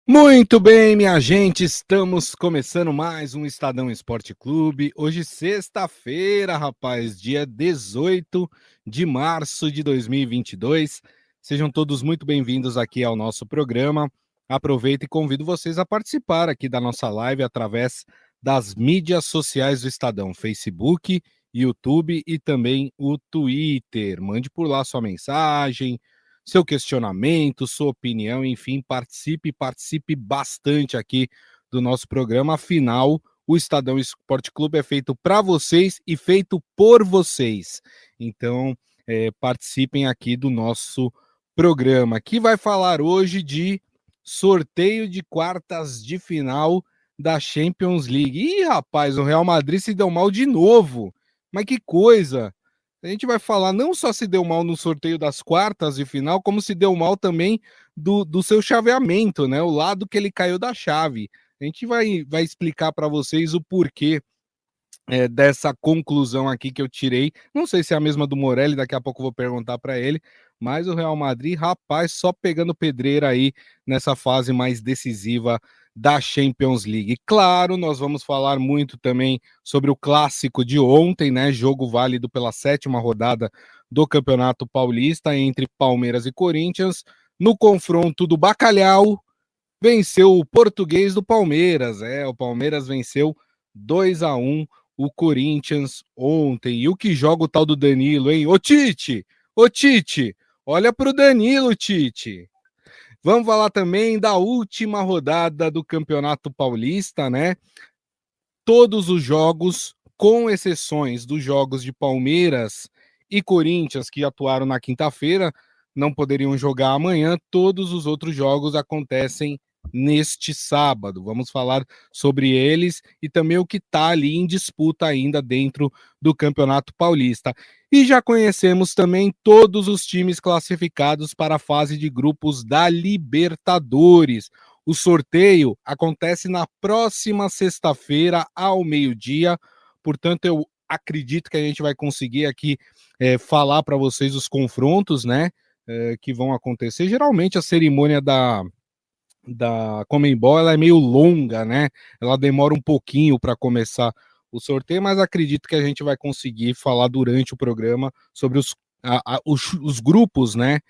Muito bem, minha gente, estamos começando mais um Estadão Esporte Clube. Hoje, sexta-feira, rapaz, dia 18 de março de 2022. Sejam todos muito bem-vindos aqui ao nosso programa. Aproveito e convido vocês a participar aqui da nossa live através das mídias sociais do Estadão, Facebook, YouTube e também o Twitter. Mande por lá sua mensagem, seu questionamento, sua opinião, enfim, participe bastante aqui do nosso programa. Afinal, o Estadão Esporte Clube é feito para vocês e feito por vocês. Então, participem aqui do nosso programa, que vai falar hoje de sorteio de quartas de final da Champions League. Ih, rapaz, o Real Madrid se deu mal de novo. Mas que coisa! A gente vai falar não só se deu mal no sorteio das quartas de final, como se deu mal também do seu chaveamento, né? O lado que ele caiu da chave. A gente vai explicar para vocês o porquê dessa conclusão aqui que eu tirei. Não sei se é a mesma do Morelli, daqui a pouco eu vou perguntar para ele, mas o Real Madrid, rapaz, só pegando pedreira aí nessa fase mais decisiva da Champions League. Claro, nós vamos falar muito também sobre o clássico de ontem, né? Jogo válido pela 7ª rodada do Campeonato Paulista entre Palmeiras e Corinthians. No confronto do Bacalhau, venceu o Português do Palmeiras. O Palmeiras venceu 2-1 o Corinthians ontem. E o que joga o tal do Danilo, hein? Ô Tite, olha pro Danilo, Tite. Vamos falar também da última rodada do Campeonato Paulista, né? Todos os jogos, com exceções dos jogos de Palmeiras e Corinthians, que atuaram na quinta-feira, não poderiam jogar amanhã. Todos os outros jogos acontecem neste sábado. Vamos falar sobre eles e também o que está ali em disputa ainda dentro do Campeonato Paulista. E já conhecemos também todos os times classificados para a fase de grupos da Libertadores. O sorteio acontece na próxima sexta-feira, ao meio-dia. Portanto, eu acredito que a gente vai conseguir aqui falar para vocês os confrontos, né? Que vão acontecer. Geralmente a cerimônia da Conmebol ela é meio longa, né? Ela demora um pouquinho para começar o sorteio, mas acredito que a gente vai conseguir falar durante o programa sobre os grupos, né?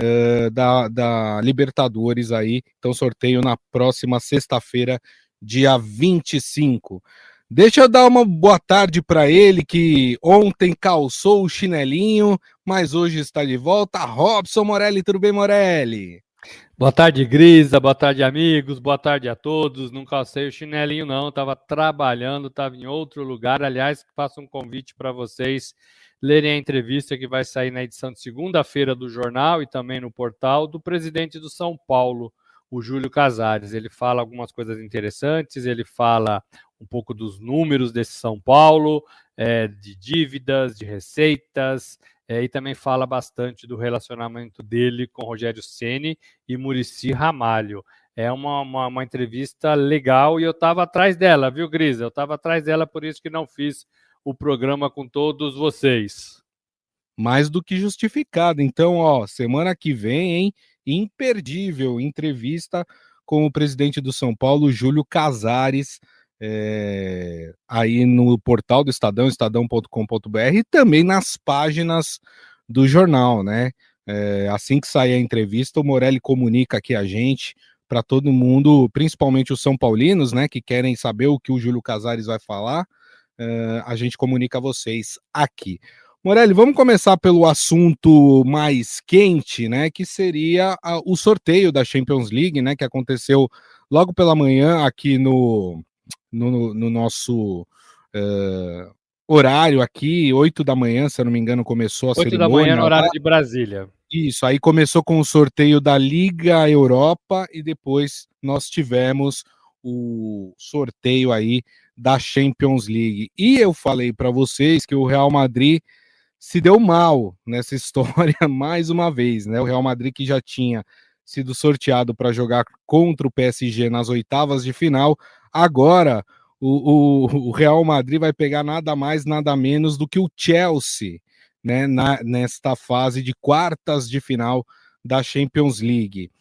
Da Libertadores aí. Então, sorteio na próxima sexta-feira, dia 25. Deixa eu dar uma boa tarde para ele, que ontem calçou o chinelinho, mas hoje está de volta. Robson Morelli, tudo bem, Morelli? Boa tarde, Grisa, boa tarde, amigos, boa tarde a todos. Não calcei o chinelinho, não, estava trabalhando, estava em outro lugar. Aliás, faço um convite para vocês lerem a entrevista que vai sair na edição de segunda-feira do jornal e também no portal do presidente do São Paulo, o Júlio Casares. Ele fala algumas coisas interessantes, ele fala um pouco dos números desse São Paulo, de dívidas, de receitas, e também fala bastante do relacionamento dele com Rogério Ceni e Muricy Ramalho. É uma entrevista legal e eu estava atrás dela, viu, Grisa? Eu estava atrás dela, por isso que não fiz o programa com todos vocês. Mais do que justificado. Então, ó, semana que vem, hein? Imperdível entrevista com o presidente do São Paulo, Júlio Casares, aí no portal do Estadão, estadão.com.br, e também nas páginas do jornal, né? Assim que sair a entrevista, o Morelli comunica aqui a gente, para todo mundo, principalmente os são paulinos, né, que querem saber o que o Júlio Casares vai falar, a gente comunica a vocês aqui. Morelli, vamos começar pelo assunto mais quente, né, que seria o sorteio da Champions League, né, que aconteceu logo pela manhã aqui no nosso horário aqui, 8 da manhã, se eu não me engano, começou a 8 cerimônia. 8 da manhã no horário de Brasília. Isso, aí começou com o sorteio da Liga Europa e depois nós tivemos o sorteio aí da Champions League. E eu falei para vocês que o Real Madrid se deu mal nessa história mais uma vez, né? O Real Madrid que já tinha sido sorteado para jogar contra o PSG nas oitavas de final, agora o Real Madrid vai pegar nada mais, nada menos do que o Chelsea, né, nesta fase de quartas de final da Champions League.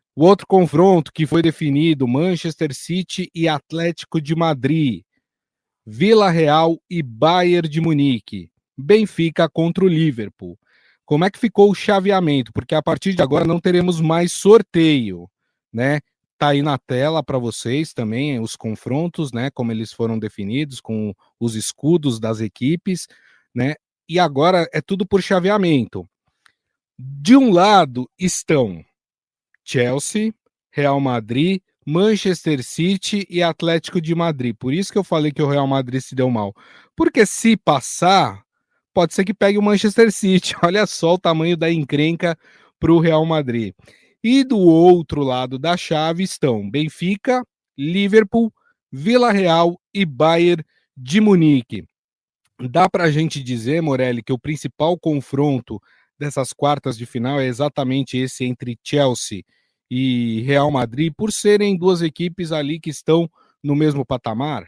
O outro confronto que foi definido, Manchester City e Atlético de Madrid, Vila Real e Bayern de Munique, Benfica contra o Liverpool. Como é que ficou o chaveamento? Porque a partir de agora não teremos mais sorteio, né? Tá aí na tela para vocês também os confrontos, né? Como eles foram definidos, com os escudos das equipes, né? E agora é tudo por chaveamento. De um lado estão Chelsea, Real Madrid, Manchester City e Atlético de Madrid. Por isso que eu falei que o Real Madrid se deu mal. Porque se passar, pode ser que pegue o Manchester City. Olha só o tamanho da encrenca para o Real Madrid. E do outro lado da chave estão Benfica, Liverpool, Vila Real e Bayern de Munique. Dá para a gente dizer, Morelli, que o principal confronto dessas quartas de final é exatamente esse entre Chelsea e Real Madrid, por serem duas equipes ali que estão no mesmo patamar?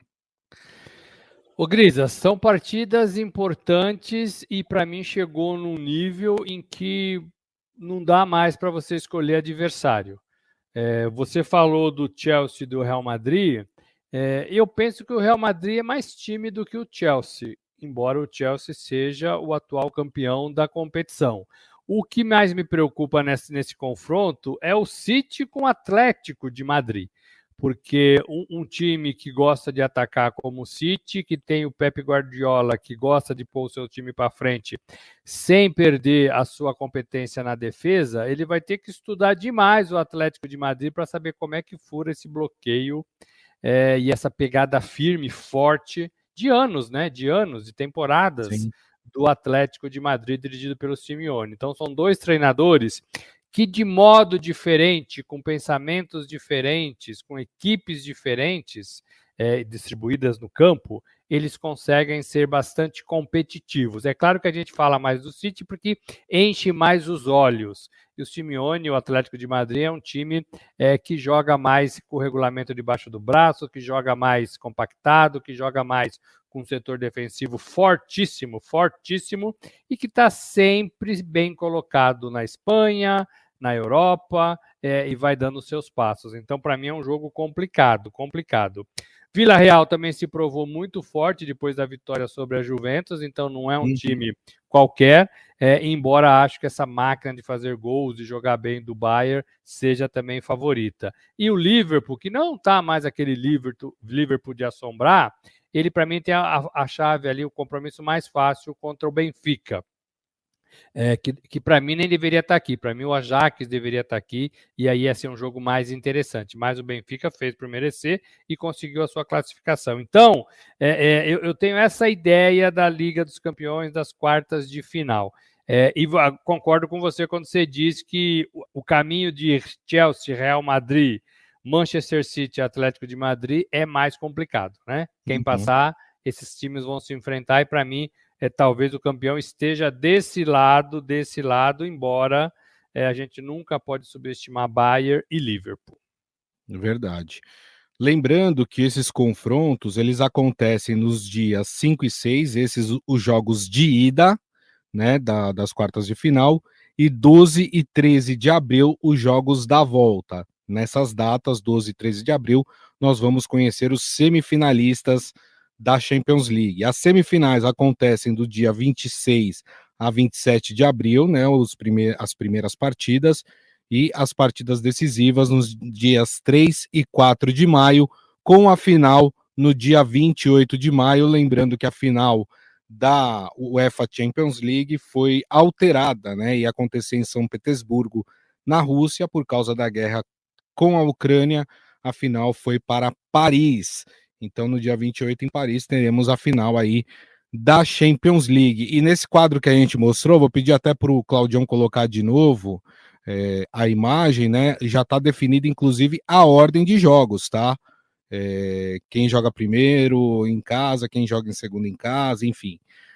Ô Grisa, são partidas importantes e para mim chegou num nível em que não dá mais para você escolher adversário. Você falou do Chelsea e do Real Madrid. Eu penso que o Real Madrid é mais time do que o Chelsea, embora o Chelsea seja o atual campeão da competição. O que mais me preocupa nesse confronto é o City com o Atlético de Madrid, porque um time que gosta de atacar como o City, que tem o Pep Guardiola, que gosta de pôr o seu time para frente sem perder a sua competência na defesa, ele vai ter que estudar demais o Atlético de Madrid para saber como é que fura esse bloqueio e essa pegada firme, forte, de anos, né? De anos, de temporadas. Sim. Do Atlético de Madrid, dirigido pelo Simeone. Então, são dois treinadores que, de modo diferente, com pensamentos diferentes, com equipes diferentes, distribuídas no campo, eles conseguem ser bastante competitivos. É claro que a gente fala mais do City porque enche mais os olhos. E o Simeone, o Atlético de Madrid, é um time que joga mais com o regulamento debaixo do braço, que joga mais compactado, que joga mais com um setor defensivo fortíssimo, fortíssimo, e que está sempre bem colocado na Espanha, na Europa, e vai dando os seus passos. Então, para mim, é um jogo complicado, complicado. Vila Real também se provou muito forte depois da vitória sobre a Juventus, então não é um time qualquer, embora acho que essa máquina de fazer gols e jogar bem do Bayern seja também favorita. E o Liverpool, que não está mais aquele Liverpool de assombrar, ele para mim tem a chave ali, o compromisso mais fácil contra o Benfica. Que para mim nem deveria estar aqui. Para mim o Ajax deveria estar aqui e aí ia ser um jogo mais interessante. Mas o Benfica fez por merecer e conseguiu a sua classificação. Então, eu tenho essa ideia da Liga dos Campeões das quartas de final. E concordo com você quando você diz que o caminho de Chelsea, Real Madrid, Manchester City e Atlético de Madrid é mais complicado, né? Quem passar, esses times vão se enfrentar e para mim talvez o campeão esteja desse lado, embora a gente nunca pode subestimar Bayern e Liverpool. Verdade. Lembrando que esses confrontos, eles acontecem nos dias 5 e 6, esses os jogos de ida, né, das quartas de final, e 12 e 13 de abril, os jogos da volta. Nessas datas, 12 e 13 de abril, nós vamos conhecer os semifinalistas da Champions League. As semifinais acontecem do dia 26 a 27 de abril, né, as primeiras partidas, e as partidas decisivas nos dias 3 e 4 de maio, com a final no dia 28 de maio, lembrando que a final da UEFA Champions League foi alterada, né, e acontecer em São Petersburgo, na Rússia, por causa da guerra com a Ucrânia. A final foi para Paris. Então, no dia 28 em Paris, teremos a final aí da Champions League. E nesse quadro que a gente mostrou, vou pedir até para o Claudião colocar de novo a imagem, né? Já está definida, inclusive, a ordem de jogos, tá? Quem joga primeiro em casa, quem joga em segundo em casa, enfim.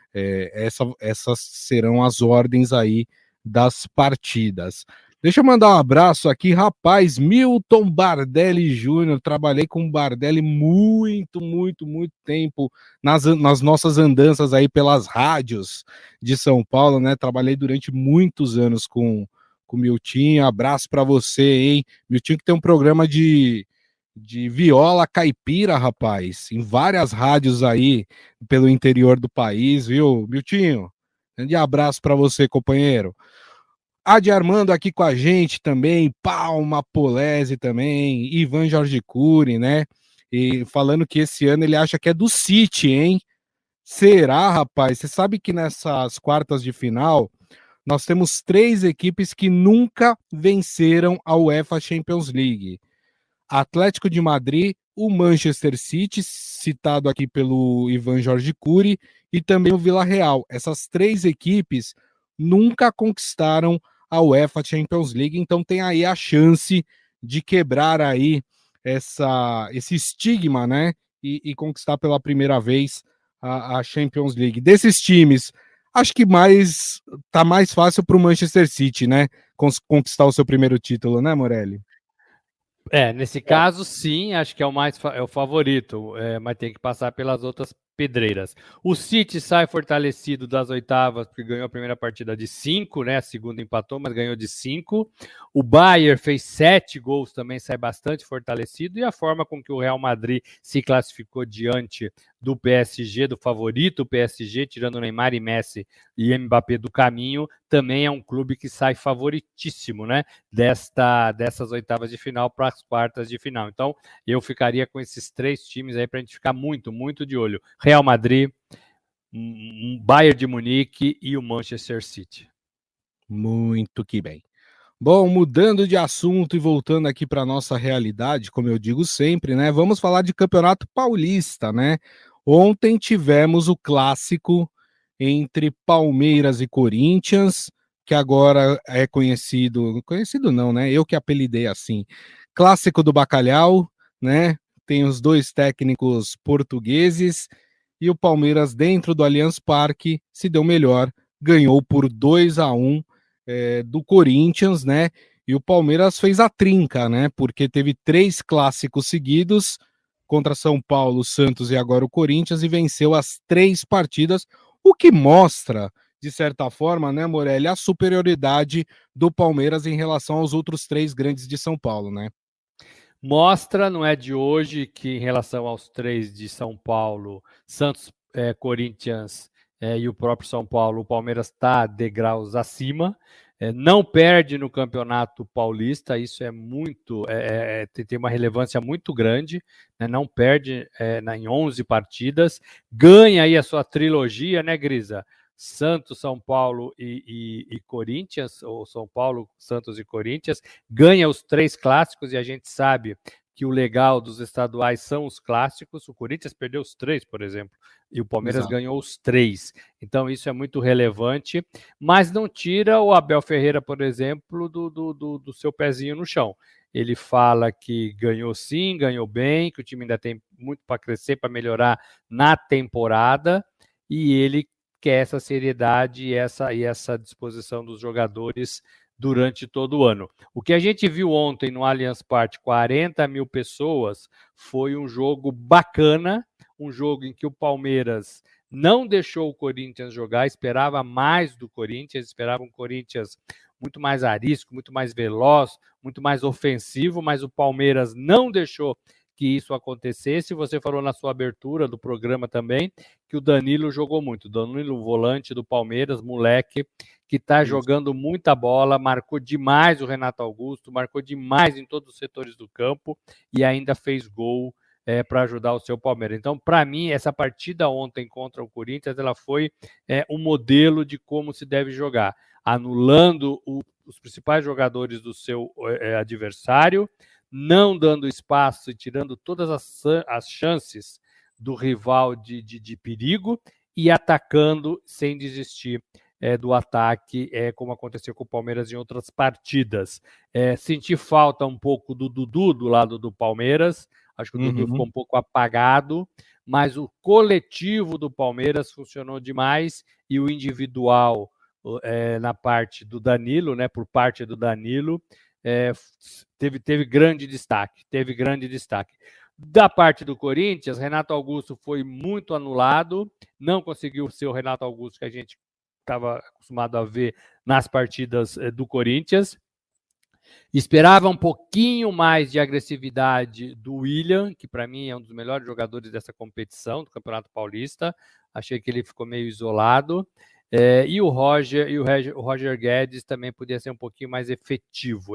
Essas serão as ordens aí das partidas. Deixa eu mandar um abraço aqui, rapaz, Milton Bardelli Júnior. Trabalhei com o Bardelli muito tempo nas nossas andanças aí pelas rádios de São Paulo, né? Trabalhei durante muitos anos com com o Miltinho. Abraço para você, hein? Miltinho que tem um programa de viola caipira, rapaz, em várias rádios aí pelo interior do país, viu, Miltinho? Grande abraço para você, companheiro. Adi Armando aqui com a gente também, Palma Polese também, Ivan Jorge Cury, né? E falando que esse ano ele acha que é do City, hein? Será, rapaz? Você sabe que nessas quartas de final nós temos 3 equipes que nunca venceram a UEFA Champions League. Atlético de Madrid, o Manchester City, citado aqui pelo Ivan Jorge Cury, e também o Villarreal. Essas 3 equipes nunca conquistaram a UEFA Champions League, então tem aí a chance de quebrar aí esse estigma, né? E conquistar pela primeira vez a Champions League. Desses times, acho que tá mais fácil para o Manchester City, né? Conquistar o seu primeiro título, né, Morelli? Nesse caso, sim, acho que é o favorito, mas tem que passar pelas outras pedreiras. O City sai fortalecido das oitavas, porque ganhou a primeira partida de 5, né? A segunda empatou, mas ganhou de 5. O Bayern fez 7 gols, também sai bastante fortalecido, e a forma com que o Real Madrid se classificou diante do PSG, do favorito PSG, tirando Neymar e Messi e Mbappé do caminho, também é um clube que sai favoritíssimo, né? Dessas oitavas de final para as quartas de final. Então, eu ficaria com esses 3 times aí para a gente ficar muito, muito de olho. Real Madrid, Bayern de Munique e o Manchester City. Muito que bem. Bom, mudando de assunto e voltando aqui para nossa realidade, como eu digo sempre, né? Vamos falar de Campeonato Paulista, né? Ontem tivemos o clássico entre Palmeiras e Corinthians, que agora é conhecido não, né? Eu que apelidei assim. Clássico do Bacalhau, né? Tem os 2 técnicos portugueses e o Palmeiras dentro do Allianz Parque se deu melhor, ganhou por 2-1 do Corinthians, né? E o Palmeiras fez a trinca, né? Porque teve 3 clássicos seguidos contra São Paulo, Santos e agora o Corinthians e venceu as 3 partidas, o que mostra, de certa forma, né, Morelli, a superioridade do Palmeiras em relação aos outros 3 grandes de São Paulo, né? Mostra, não é de hoje, que em relação aos 3 de São Paulo, Santos, Corinthians e o próprio São Paulo, o Palmeiras está degraus acima. Não perde no Campeonato Paulista, isso é muito, tem uma relevância muito grande, né? Não perde em 11 partidas, ganha aí a sua trilogia, né, Grisa? Santos, São Paulo e Corinthians, ou São Paulo, Santos e Corinthians, ganha os 3 clássicos, e a gente sabe que o legal dos estaduais são os clássicos. O Corinthians perdeu os 3, por exemplo, e o Palmeiras Exato. ganhou os 3. Então isso é muito relevante, mas não tira o Abel Ferreira, por exemplo, do seu pezinho no chão. Ele fala que ganhou sim, ganhou bem, que o time ainda tem muito para crescer, para melhorar na temporada, e ele quer essa seriedade e essa disposição dos jogadores durante todo o ano. O que a gente viu ontem no Allianz Parque, 40 mil pessoas, foi um jogo bacana, um jogo em que o Palmeiras não deixou o Corinthians jogar, esperava mais do Corinthians, esperava um Corinthians muito mais arisco, muito mais veloz, muito mais ofensivo, mas o Palmeiras não deixou que isso acontecesse. Você falou na sua abertura do programa também que o Danilo jogou muito. Danilo, volante do Palmeiras, moleque, que está jogando muita bola, marcou demais o Renato Augusto, marcou demais em todos os setores do campo e ainda fez gol para ajudar o seu Palmeiras. Então, para mim, essa partida ontem contra o Corinthians, ela foi um modelo de como se deve jogar, anulando os principais jogadores do seu adversário, não dando espaço e tirando todas as chances do rival de perigo e atacando sem desistir do ataque, como aconteceu com o Palmeiras em outras partidas. Senti falta um pouco do Dudu do lado do Palmeiras, acho que o Dudu ficou um pouco apagado, mas o coletivo do Palmeiras funcionou demais e o individual na parte do Danilo, né, por parte do Danilo, teve grande destaque, Da parte do Corinthians, Renato Augusto foi muito anulado, não conseguiu ser o Renato Augusto que a gente estava acostumado a ver nas partidas do Corinthians. Esperava um pouquinho mais de agressividade do William, que para mim é um dos melhores jogadores dessa competição, do Campeonato Paulista. Achei que ele ficou meio isolado. E o Roger Guedes também podia ser um pouquinho mais efetivo.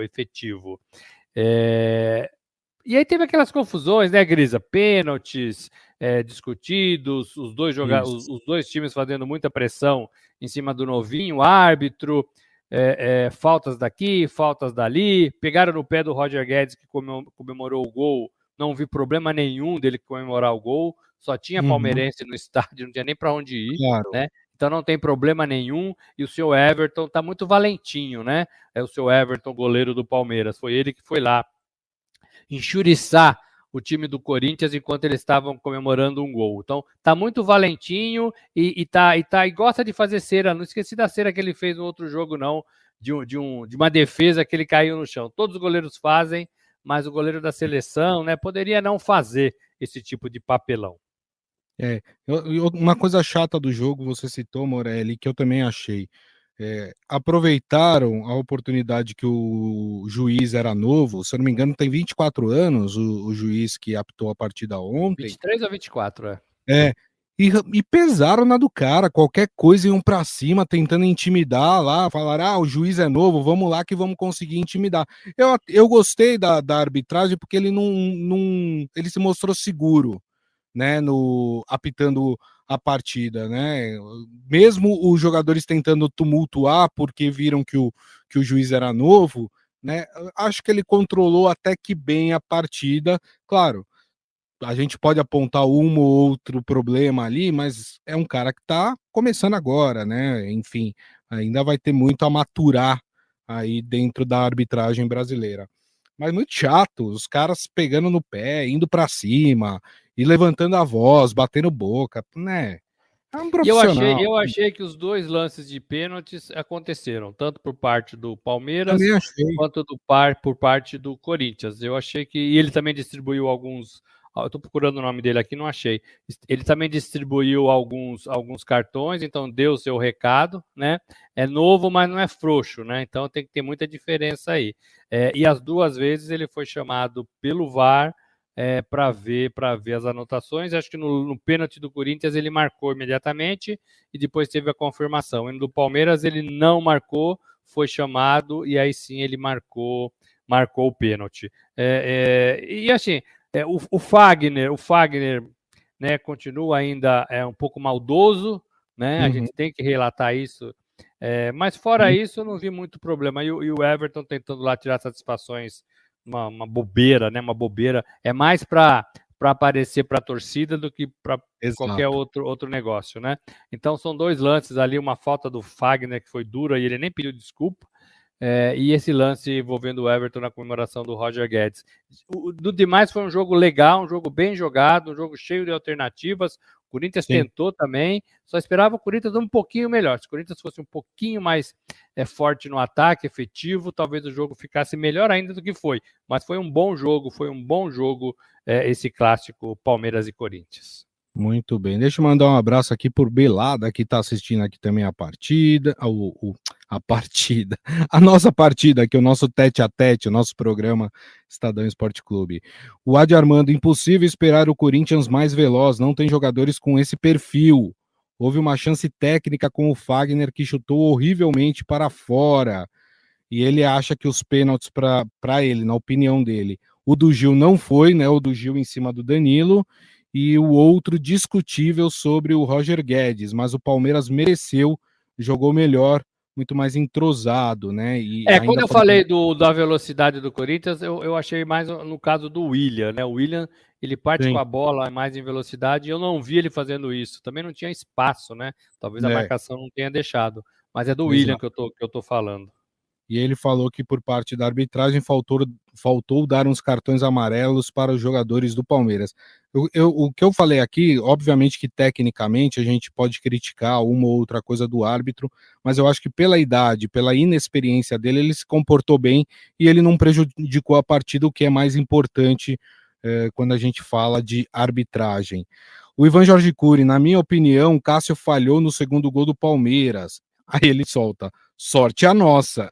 E aí teve aquelas confusões, né, Grisa? Pênaltis discutidos, os dois times fazendo muita pressão em cima do novinho, árbitro, faltas daqui, faltas dali, pegaram no pé do Roger Guedes, que comemorou o gol, não vi problema nenhum dele comemorar o gol, só tinha palmeirense no estádio, não tinha nem para onde ir, né? Então não tem problema nenhum, e o seu Everton tá muito valentinho, né? É o seu Everton, goleiro do Palmeiras, foi ele que foi lá enxuriçar o time do Corinthians enquanto eles estavam comemorando um gol. Então, tá muito valentinho e gosta de fazer cera. Não esqueci da cera que ele fez no outro jogo, não, de uma defesa que ele caiu no chão. Todos os goleiros fazem, mas o goleiro da seleção, né, poderia não fazer esse tipo de papelão. Uma coisa chata do jogo, você citou, Morelli, que eu também achei. Aproveitaram a oportunidade que o juiz era novo, se eu não me engano tem 24 anos o juiz que apitou a partida ontem. 23 ou 24, e pesaram na do cara, qualquer coisa iam pra cima, tentando intimidar lá, falaram, o juiz é novo, vamos lá que vamos conseguir intimidar. Eu gostei da arbitragem porque ele ele se mostrou seguro, né, apitando a partida, né? Mesmo os jogadores tentando tumultuar porque viram que o juiz era novo, né? Acho que ele controlou até que bem a partida. Claro, a gente pode apontar um ou outro problema ali, mas é um cara que está começando agora, né? Enfim, ainda vai ter muito a maturar aí dentro da arbitragem brasileira. Mas muito chato, os caras pegando no pé, indo para cima, e levantando a voz, batendo boca, né? É um profissional. Eu achei que os dois lances de pênaltis aconteceram, tanto por parte do Palmeiras quanto por parte do Corinthians. Eu achei que... E ele também distribuiu alguns... Eu estou procurando o nome dele aqui, não achei. Ele também distribuiu alguns cartões, então deu o seu recado, né? É novo, mas não é frouxo, né? Então tem que ter muita diferença aí. E as duas vezes ele foi chamado pelo VAR para ver as anotações. Acho que no pênalti do Corinthians ele marcou imediatamente e depois teve a confirmação. E no do Palmeiras ele não marcou, foi chamado e aí sim ele marcou o pênalti. E assim... O Fagner, né, continua ainda um pouco maldoso, né? A gente tem que relatar isso. Mas fora isso, eu não vi muito problema. E o Everton tentando lá tirar satisfações, uma bobeira, né? Uma bobeira. É mais para aparecer para a torcida do que para qualquer outro negócio, né? Então são dois lances ali, uma falta do Fagner que foi dura e ele nem pediu desculpa. E esse lance envolvendo o Everton na comemoração do Roger Guedes. Do demais foi um jogo legal, um jogo bem jogado, um jogo cheio de alternativas. O Corinthians tentou também, só esperava o Corinthians um pouquinho melhor. Se o Corinthians fosse um pouquinho mais forte no ataque, efetivo, talvez o jogo ficasse melhor ainda do que foi. Mas foi um bom jogo esse clássico Palmeiras e Corinthians. Muito bem, deixa eu mandar um abraço aqui por Belada, que está assistindo aqui também a partida, a nossa partida aqui, o nosso tete a tete, o nosso programa Estadão Esporte Clube. O Adi Armando, impossível esperar o Corinthians mais veloz, não tem jogadores com esse perfil. Houve uma chance técnica com o Fagner que chutou horrivelmente para fora, e ele acha que os pênaltis para ele, na opinião dele, o do Gil não foi, né, o do Gil em cima do Danilo, e o outro discutível sobre o Roger Guedes, mas o Palmeiras mereceu, jogou melhor, muito mais entrosado, né? Quando eu falei da velocidade do Corinthians, eu achei mais no caso do William, né? O William, ele parte com a bola mais em velocidade, e eu não vi ele fazendo isso. Também não tinha espaço, né? Talvez a marcação não tenha deixado. Mas é do William que eu tô falando. E ele falou que por parte da arbitragem faltou dar uns cartões amarelos para os jogadores do Palmeiras. O que eu falei aqui, obviamente que tecnicamente a gente pode criticar uma ou outra coisa do árbitro, mas eu acho que pela idade, pela inexperiência dele, ele se comportou bem e ele não prejudicou a partida, o que é mais importante quando a gente fala de arbitragem. O Ivan Jorge Cury, na minha opinião, Cássio falhou no segundo gol do Palmeiras. Aí ele solta, sorte a nossa.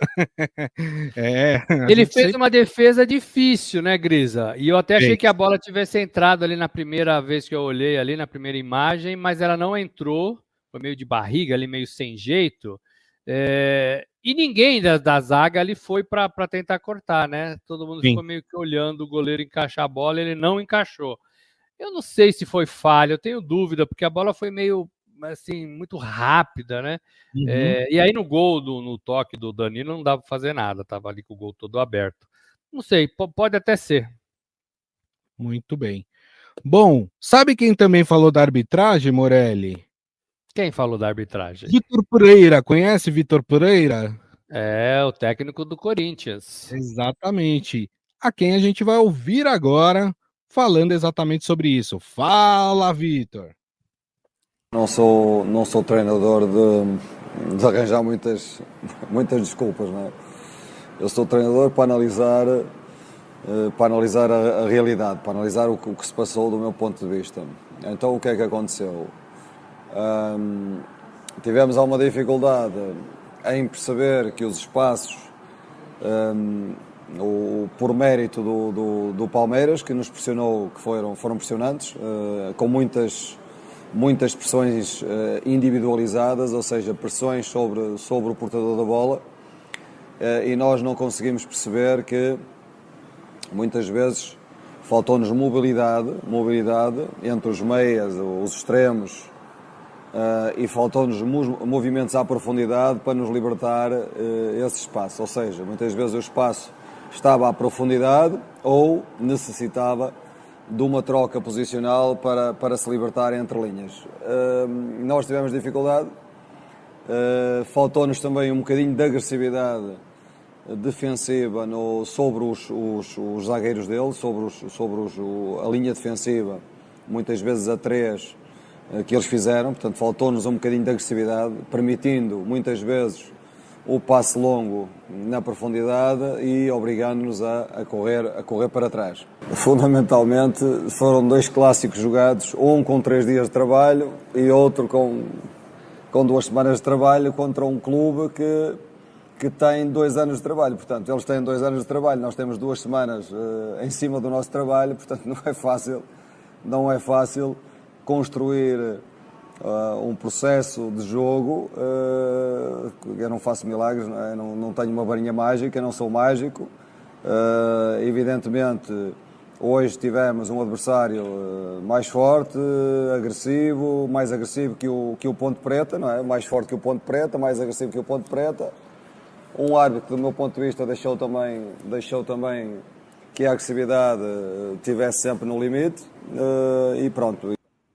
Ele fez uma defesa difícil, né, Grisa? E eu até achei que a bola tivesse entrado ali na primeira vez que eu olhei, ali na primeira imagem, mas ela não entrou, foi meio de barriga ali, meio sem jeito. E ninguém da zaga ali foi para tentar cortar, né? Todo mundo ficou meio que olhando o goleiro encaixar a bola, ele não encaixou. Eu não sei se foi falha, eu tenho dúvida, porque a bola foi meio, assim, muito rápida, né? E aí no gol, no toque do Danilo, não dava para fazer nada, tava ali com o gol todo aberto. Não sei, pode até ser. Muito bem. Bom, sabe quem também falou da arbitragem, Morelli? Quem falou da arbitragem? Vitor Pereira, conhece Vitor Pereira? É, o técnico do Corinthians. Exatamente. A quem a gente vai ouvir agora falando exatamente sobre isso. Fala, Vitor. Não sou treinador de arranjar muitas desculpas, não é? Eu sou treinador para analisar a realidade, para analisar o que se passou do meu ponto de vista. Então o que é que aconteceu? Tivemos alguma dificuldade em perceber que os espaços, por mérito do Palmeiras, que nos pressionou, que foram pressionantes, com muitas pressões individualizadas, ou seja, pressões sobre o portador da bola, e nós não conseguimos perceber que muitas vezes faltou-nos mobilidade entre os meias, os extremos, e faltou-nos movimentos à profundidade para nos libertar esse espaço. Ou seja, muitas vezes o espaço estava à profundidade ou necessitava de uma troca posicional para se libertar entre linhas. Nós tivemos dificuldade, faltou-nos também um bocadinho de agressividade defensiva sobre os zagueiros dele, sobre a linha defensiva, muitas vezes a 3, que eles fizeram. Portanto, faltou-nos um bocadinho de agressividade, permitindo muitas vezes o passe longo na profundidade e obrigando-nos a correr para trás. Fundamentalmente foram 2 clássicos jogados, um com 3 dias de trabalho e outro com 2 semanas de trabalho, contra um clube que tem 2 anos de trabalho. Portanto, eles têm 2 anos de trabalho, nós temos 2 semanas em cima do nosso trabalho. Portanto, não é fácil construir um processo de jogo. Eu não faço milagres, não tenho uma varinha mágica, não sou mágico. Evidentemente, hoje tivemos um adversário mais forte, mais agressivo que o Ponte Preta, não é? Mais forte que o Ponte Preta, mais agressivo que o Ponte Preta. Um árbitro, do meu ponto de vista, deixou também que a agressividade estivesse sempre no limite, e pronto.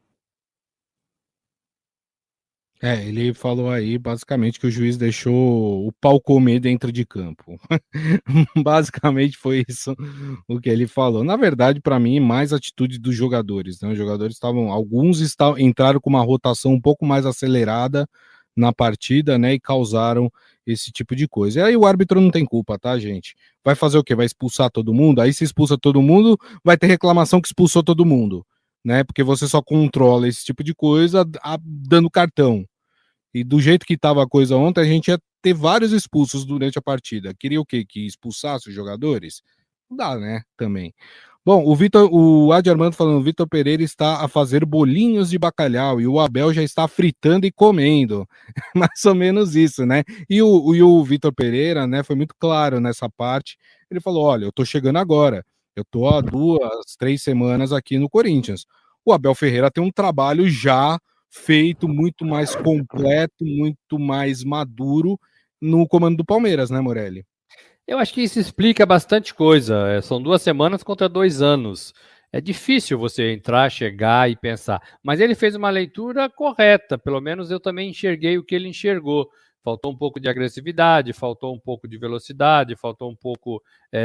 Ele falou aí basicamente que o juiz deixou o pau comer dentro de campo. Basicamente foi isso o que ele falou. Na verdade, para mim, mais atitude dos jogadores, né? Os jogadores entraram com uma rotação um pouco mais acelerada na partida, né? E causaram esse tipo de coisa. E aí o árbitro não tem culpa, tá, gente? Vai fazer o quê? Vai expulsar todo mundo? Aí se expulsa todo mundo, vai ter reclamação que expulsou todo mundo, né? Porque você só controla esse tipo de coisa dando cartão. E do jeito que estava a coisa ontem, a gente ia ter vários expulsos durante a partida. Queria o quê? Que expulsasse os jogadores? Não dá, né? Também. Bom, o Adi Armando falando, o Vitor Pereira está a fazer bolinhos de bacalhau e o Abel já está fritando e comendo. Mais ou menos isso, né? E o Vitor Pereira, né, foi muito claro nessa parte. Ele falou: olha, eu tô chegando agora. Eu tô há 2, 3 semanas aqui no Corinthians. O Abel Ferreira tem um trabalho já feito, muito mais completo, muito mais maduro no comando do Palmeiras, né, Morelli? Eu acho que isso explica bastante coisa. São 2 semanas contra 2 anos. É difícil você entrar, chegar e pensar. Mas ele fez uma leitura correta. Pelo menos eu também enxerguei o que ele enxergou. Faltou um pouco de agressividade, faltou um pouco de velocidade, faltou um pouco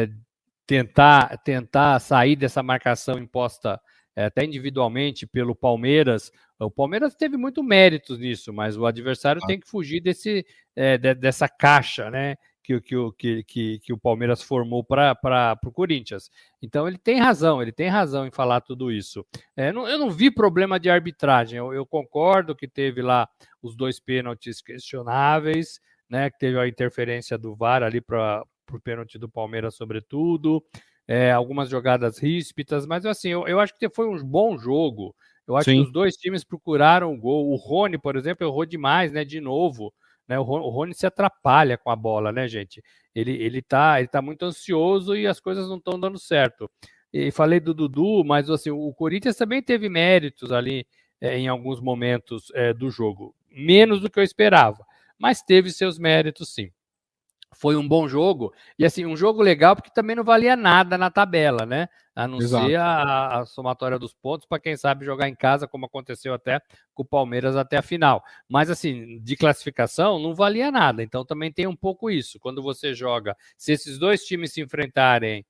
tentar sair dessa marcação imposta até individualmente pelo Palmeiras. O Palmeiras teve muito mérito nisso, mas o adversário tem que fugir dessa caixa, né? que o Palmeiras formou para o Corinthians. Então ele tem razão em falar tudo isso. Eu não vi problema de arbitragem, eu concordo que teve lá os 2 pênaltis questionáveis, né, que teve a interferência do VAR ali para o pênalti do Palmeiras, sobretudo, algumas jogadas ríspidas, mas assim, eu acho que foi um bom jogo. Eu acho que os 2 times procuraram o gol. O Rony, por exemplo, errou demais, né, de novo. Né, o Rony se atrapalha com a bola, né, gente? Ele tá muito ansioso e as coisas não estão dando certo. E falei do Dudu, mas assim, o Corinthians também teve méritos ali em alguns momentos do jogo. Menos do que eu esperava, mas teve seus méritos, sim. Foi um bom jogo, e assim, um jogo legal, porque também não valia nada na tabela, né? A não ser a somatória dos pontos, para quem sabe jogar em casa, como aconteceu até com o Palmeiras até a final. Mas assim, de classificação, não valia nada, então também tem um pouco isso. Quando você joga, se esses 2 times se enfrentarem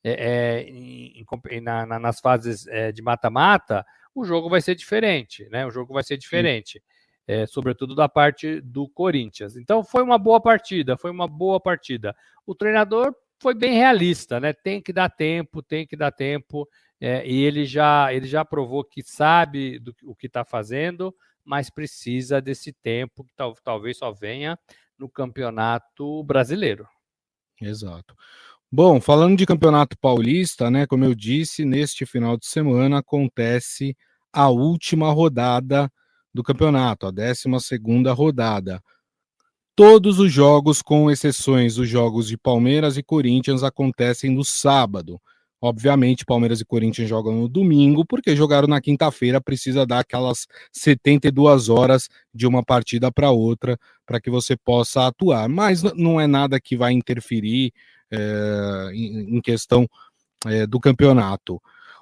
nas fases de mata-mata, o jogo vai ser diferente, né? O jogo vai ser diferente. Sobretudo da parte do Corinthians. Então foi uma boa partida. O treinador foi bem realista, né? Tem que dar tempo, e ele já provou que sabe o que está fazendo, mas precisa desse tempo, que talvez só venha no Campeonato Brasileiro. Exato. Bom, falando de Campeonato Paulista, né? Como eu disse, neste final de semana acontece a última rodada do campeonato, a 12ª rodada. Todos os jogos, com exceções dos jogos de Palmeiras e Corinthians, acontecem no sábado. Obviamente, Palmeiras e Corinthians jogam no domingo, porque jogaram na quinta-feira, precisa dar aquelas 72 horas de uma partida para outra, para que você possa atuar. Mas não é nada que vai interferir em questão do campeonato.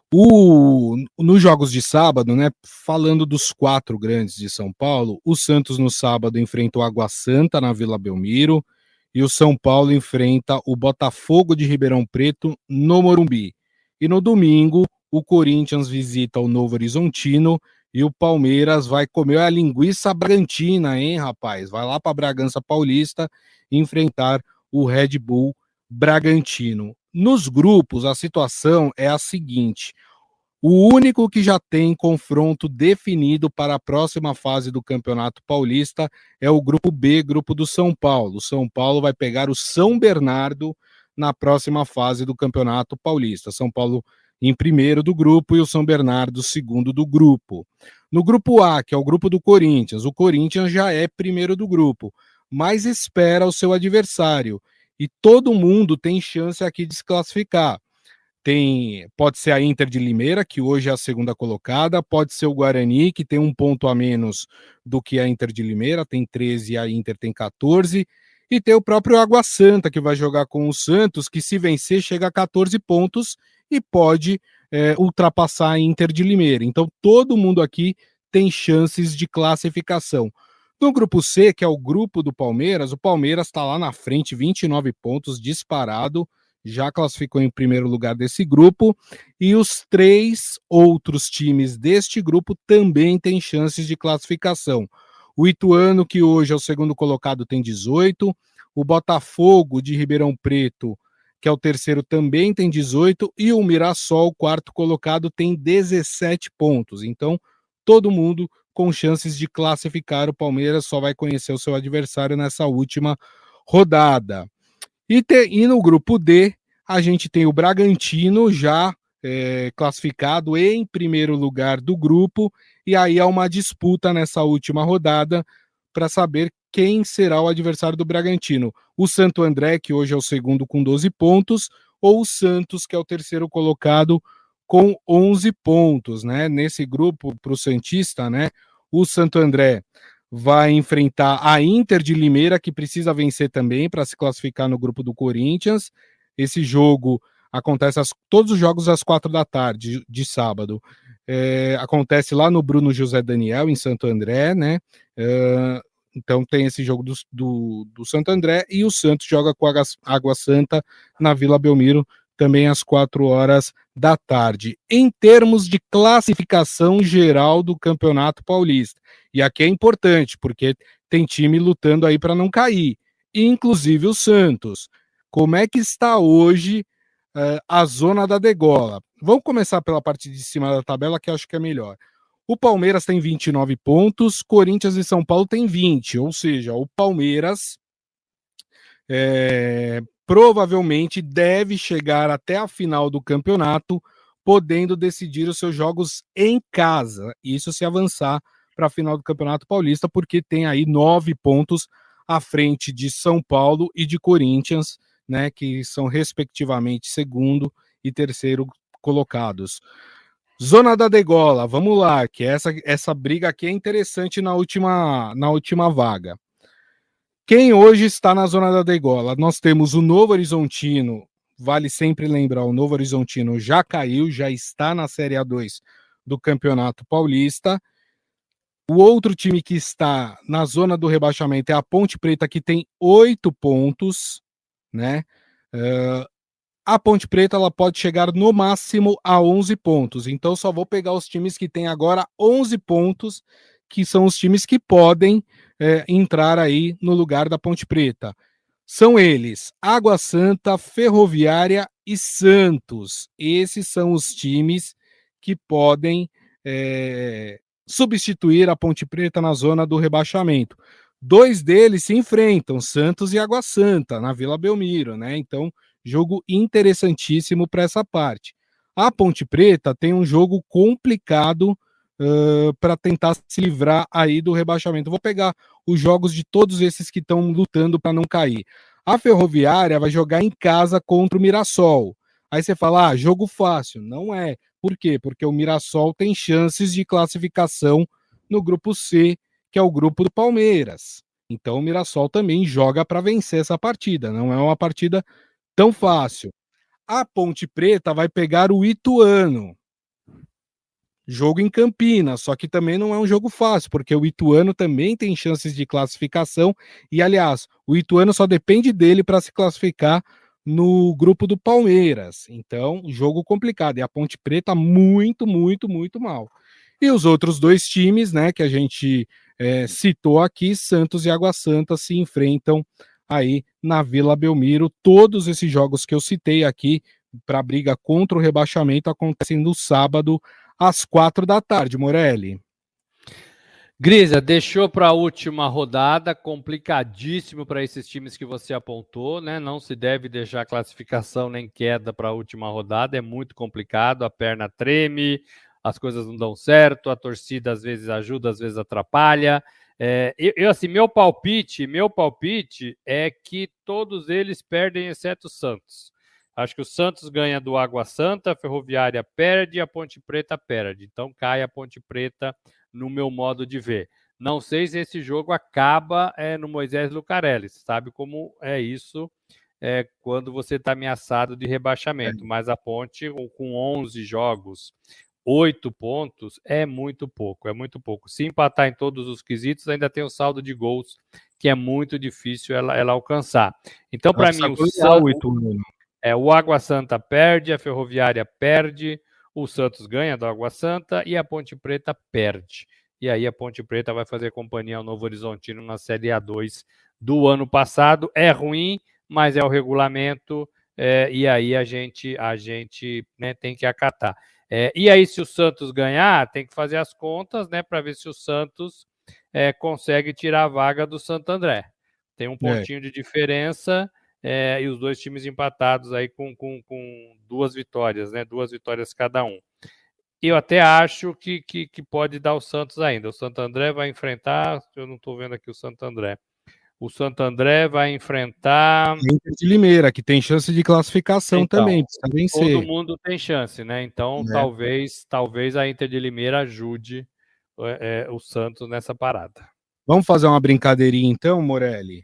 Nos jogos de sábado, né, falando dos 4 grandes de São Paulo, o Santos no sábado enfrenta o Água Santa na Vila Belmiro e o São Paulo enfrenta o Botafogo de Ribeirão Preto no Morumbi. E no domingo, o Corinthians visita o Novo Horizontino e o Palmeiras vai comer a linguiça bragantina, hein, rapaz? Vai lá para Bragança Paulista enfrentar o Red Bull Bragantino. Nos grupos, a situação é a seguinte: o único que já tem confronto definido para a próxima fase do Campeonato Paulista é o grupo B, grupo do São Paulo. O São Paulo vai pegar o São Bernardo na próxima fase do Campeonato Paulista. São Paulo em primeiro do grupo e o São Bernardo segundo do grupo. No grupo A, que é o grupo do Corinthians, o Corinthians já é primeiro do grupo, mas espera o seu adversário. E todo mundo tem chance aqui de se classificar. Pode ser a Inter de Limeira, que hoje é a 2ª colocada, pode ser o Guarani, que tem 1 ponto a menos do que a Inter de Limeira, tem 13 e a Inter tem 14, e tem o próprio Água Santa, que vai jogar com o Santos, que se vencer chega a 14 pontos e pode ultrapassar a Inter de Limeira. Então todo mundo aqui tem chances de classificação. No grupo C, que é o grupo do Palmeiras, o Palmeiras está lá na frente, 29 pontos, disparado, já classificou em primeiro lugar desse grupo, e os 3 outros times deste grupo também têm chances de classificação. O Ituano, que hoje é o 2º colocado, tem 18, o Botafogo de Ribeirão Preto, que é o 3º, também tem 18, e o Mirassol, o 4º colocado, tem 17 pontos. Então, todo mundo com chances de classificar. O Palmeiras só vai conhecer o seu adversário nessa última rodada. E no grupo D, a gente tem o Bragantino já classificado em primeiro lugar do grupo, e aí há uma disputa nessa última rodada para saber quem será o adversário do Bragantino. O Santo André, que hoje é o 2º com 12 pontos, ou o Santos, que é o 3º colocado com 11 pontos, né? Nesse grupo, para o Santista, né? O Santo André vai enfrentar a Inter de Limeira, que precisa vencer também para se classificar no grupo do Corinthians. Esse jogo acontece, todos os jogos às 4 da tarde de sábado. Acontece lá no Bruno José Daniel, em Santo André, né? Então tem esse jogo do Santo André, e o Santos joga com a Água Santa na Vila Belmiro, também às 4 horas da tarde. Em termos de classificação geral do Campeonato Paulista, e aqui é importante, porque tem time lutando aí para não cair. inclusive o Santos. Como é que está hoje a zona da degola? Vamos começar pela parte de cima da tabela, que eu acho que é melhor. O Palmeiras tem 29 pontos, Corinthians e São Paulo tem 20, ou seja, o Palmeiras provavelmente deve chegar até a final do campeonato, podendo decidir os seus jogos em casa. Isso se avançar para a final do Campeonato Paulista, porque tem aí 9 pontos à frente de São Paulo e de Corinthians, né, que são respectivamente segundo e terceiro colocados. Zona da degola, vamos lá, que essa briga aqui é interessante na última vaga. Quem hoje está na zona da degola? Nós temos o Novo Horizontino, vale sempre lembrar, o Novo Horizontino já caiu, já está na Série A2 do Campeonato Paulista. O outro time que está na zona do rebaixamento é a Ponte Preta, que tem 8 pontos, né? A Ponte Preta ela pode chegar no máximo a 11 pontos, então só vou pegar os times que têm agora 11 pontos, que são os times que podem entrar aí no lugar da Ponte Preta. São eles, Água Santa, Ferroviária e Santos. Esses são os times que podem substituir a Ponte Preta na zona do rebaixamento. 2 deles se enfrentam, Santos e Água Santa, na Vila Belmiro, né? Então, jogo interessantíssimo para essa parte. A Ponte Preta tem um jogo complicado para tentar se livrar aí do rebaixamento. Vou pegar os jogos de todos esses que estão lutando para não cair. A Ferroviária vai jogar em casa contra o Mirassol. Aí você fala, jogo fácil. Não é. Por quê? Porque o Mirassol tem chances de classificação no grupo C, que é o grupo do Palmeiras. Então o Mirassol também joga para vencer essa partida. Não é uma partida tão fácil. A Ponte Preta vai pegar o Ituano. Jogo em Campinas, só que também não é um jogo fácil, porque o Ituano também tem chances de classificação, e aliás, o Ituano só depende dele para se classificar no grupo do Palmeiras. Então, jogo complicado, e a Ponte Preta muito, muito, muito mal. E os outros 2 times, né, que a gente citou aqui, Santos e Água Santa, se enfrentam aí na Vila Belmiro. Todos esses jogos que eu citei aqui para a briga contra o rebaixamento acontecem no sábado, às 4 da tarde, Morelli. Grisa, deixou para a última rodada, complicadíssimo para esses times que você apontou, né? Não se deve deixar classificação nem queda para a última rodada, é muito complicado, a perna treme, as coisas não dão certo, a torcida às vezes ajuda, às vezes atrapalha. Assim, meu palpite é que todos eles perdem, exceto o Santos. Acho que o Santos ganha do Água Santa, a Ferroviária perde, a Ponte Preta perde. Então cai a Ponte Preta no meu modo de ver. Não sei se esse jogo acaba no Moisés Lucarelli. Sabe como é isso quando você está ameaçado de rebaixamento. Mas a Ponte, com 11 jogos, 8 pontos, é muito pouco. É muito pouco. Se empatar em todos os quesitos, ainda tem o saldo de gols, que é muito difícil ela alcançar. Então, para mim, o Água Santa perde, a Ferroviária perde, o Santos ganha do Água Santa e a Ponte Preta perde. E aí a Ponte Preta vai fazer companhia ao Novo Horizontino na Série A2 do ano passado. É ruim, mas é o regulamento, e aí a gente né, tem que acatar. E aí, se o Santos ganhar, tem que fazer as contas, né, para ver se o Santos consegue tirar a vaga do Santo André. Tem um pontinho de diferença. E os 2 times empatados aí com 2 vitórias, né? 2 vitórias cada um. Eu até acho que pode dar o Santos ainda. O Santo André vai enfrentar... Eu não estou vendo aqui o Santo André. O Santo André vai enfrentar... Inter de Limeira, que tem chance de classificação então, também. Precisa vencer. Todo mundo tem chance, né? Então, talvez a Inter de Limeira ajude o Santos nessa parada. Vamos fazer uma brincadeirinha então, Morelli?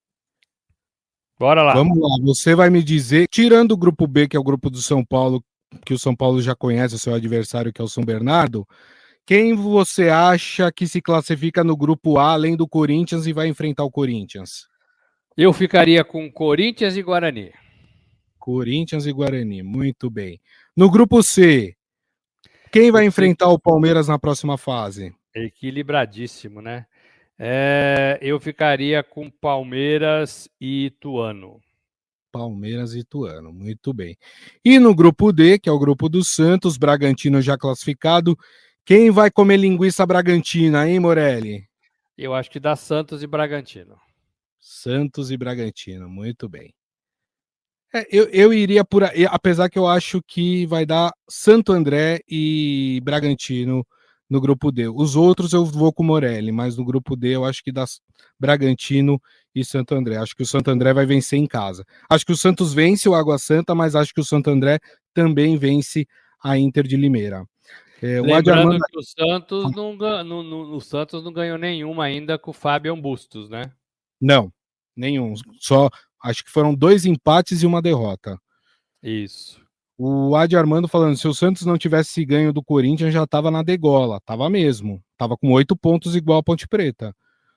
Bora lá. Vamos lá, você vai me dizer, tirando o grupo B, que é o grupo do São Paulo, que o São Paulo já conhece, o seu adversário, que é o São Bernardo, quem você acha que se classifica no grupo A, além do Corinthians, e vai enfrentar o Corinthians? Eu ficaria com Corinthians e Guarani. Corinthians e Guarani, muito bem. No grupo C, quem vai enfrentar o Palmeiras na próxima fase? Equilibradíssimo, né? Eu ficaria com Palmeiras e Ituano. Palmeiras e Ituano, muito bem. E no grupo D, que é o grupo do Santos, Bragantino já classificado, quem vai comer linguiça Bragantina, hein, Morelli? Eu acho que dá Santos e Bragantino. Santos e Bragantino, muito bem. Eu iria por aí, apesar que eu acho que vai dar Santo André e Bragantino no grupo D. Os outros eu vou com o Morelli, mas no grupo D eu acho que dá Bragantino e Santo André. Acho que o Santo André vai vencer em casa. Acho que o Santos vence o Água Santa, mas acho que o Santo André também vence a Inter de Limeira. Lembrando que o Santos não ganhou nenhuma ainda com o Fábio Bustos, né? Não, nenhum. Só acho que foram 2 empates e uma derrota. Isso. O Adi Armando falando, se o Santos não tivesse ganho do Corinthians, já estava na degola. Tava mesmo. Tava com 8 pontos igual a Ponte Preta.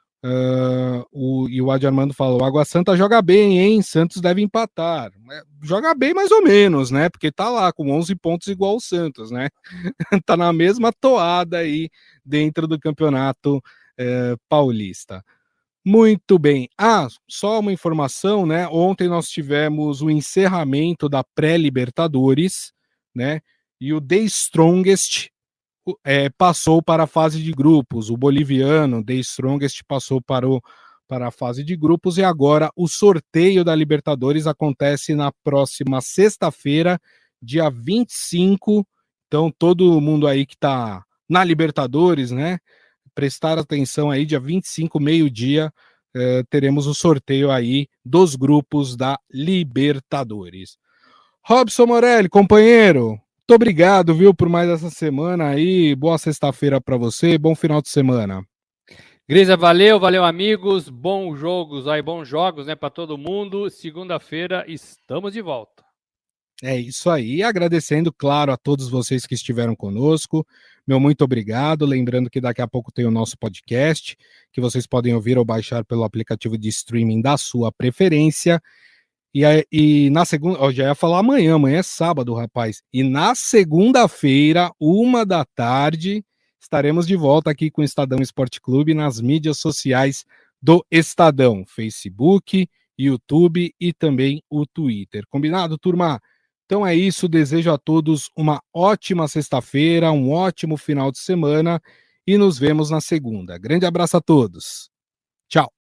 E o Adi Armando falou, o Água Santa joga bem, hein? Santos deve empatar. Joga bem mais ou menos, né? Porque tá lá com 11 pontos igual o Santos, né? Tá na mesma toada aí dentro do campeonato paulista. Muito bem. Só uma informação, né? Ontem nós tivemos o encerramento da pré-Libertadores, né? E o The Strongest passou para a fase de grupos. O boliviano The Strongest passou para a fase de grupos e agora o sorteio da Libertadores acontece na próxima sexta-feira, dia 25. Então, todo mundo aí que está na Libertadores, né? Prestar atenção aí, dia 25, meio-dia, teremos o sorteio aí dos grupos da Libertadores. Robson Morelli, companheiro, muito obrigado, viu, por mais essa semana aí. Boa sexta-feira para você, bom final de semana. Grisa, valeu, amigos. Bons jogos, né, para todo mundo. Segunda-feira estamos de volta. É isso aí, agradecendo, claro, a todos vocês que estiveram conosco. Meu muito obrigado. Lembrando que daqui a pouco tem o nosso podcast, que vocês podem ouvir ou baixar pelo aplicativo de streaming da sua preferência. E na segunda, já ia falar amanhã é sábado, rapaz. E na segunda-feira, 1h da tarde, estaremos de volta aqui com o Estadão Esporte Clube nas mídias sociais do Estadão, Facebook, YouTube e também o Twitter. Combinado, turma? Então é isso, desejo a todos uma ótima sexta-feira, um ótimo final de semana e nos vemos na segunda. Grande abraço a todos. Tchau.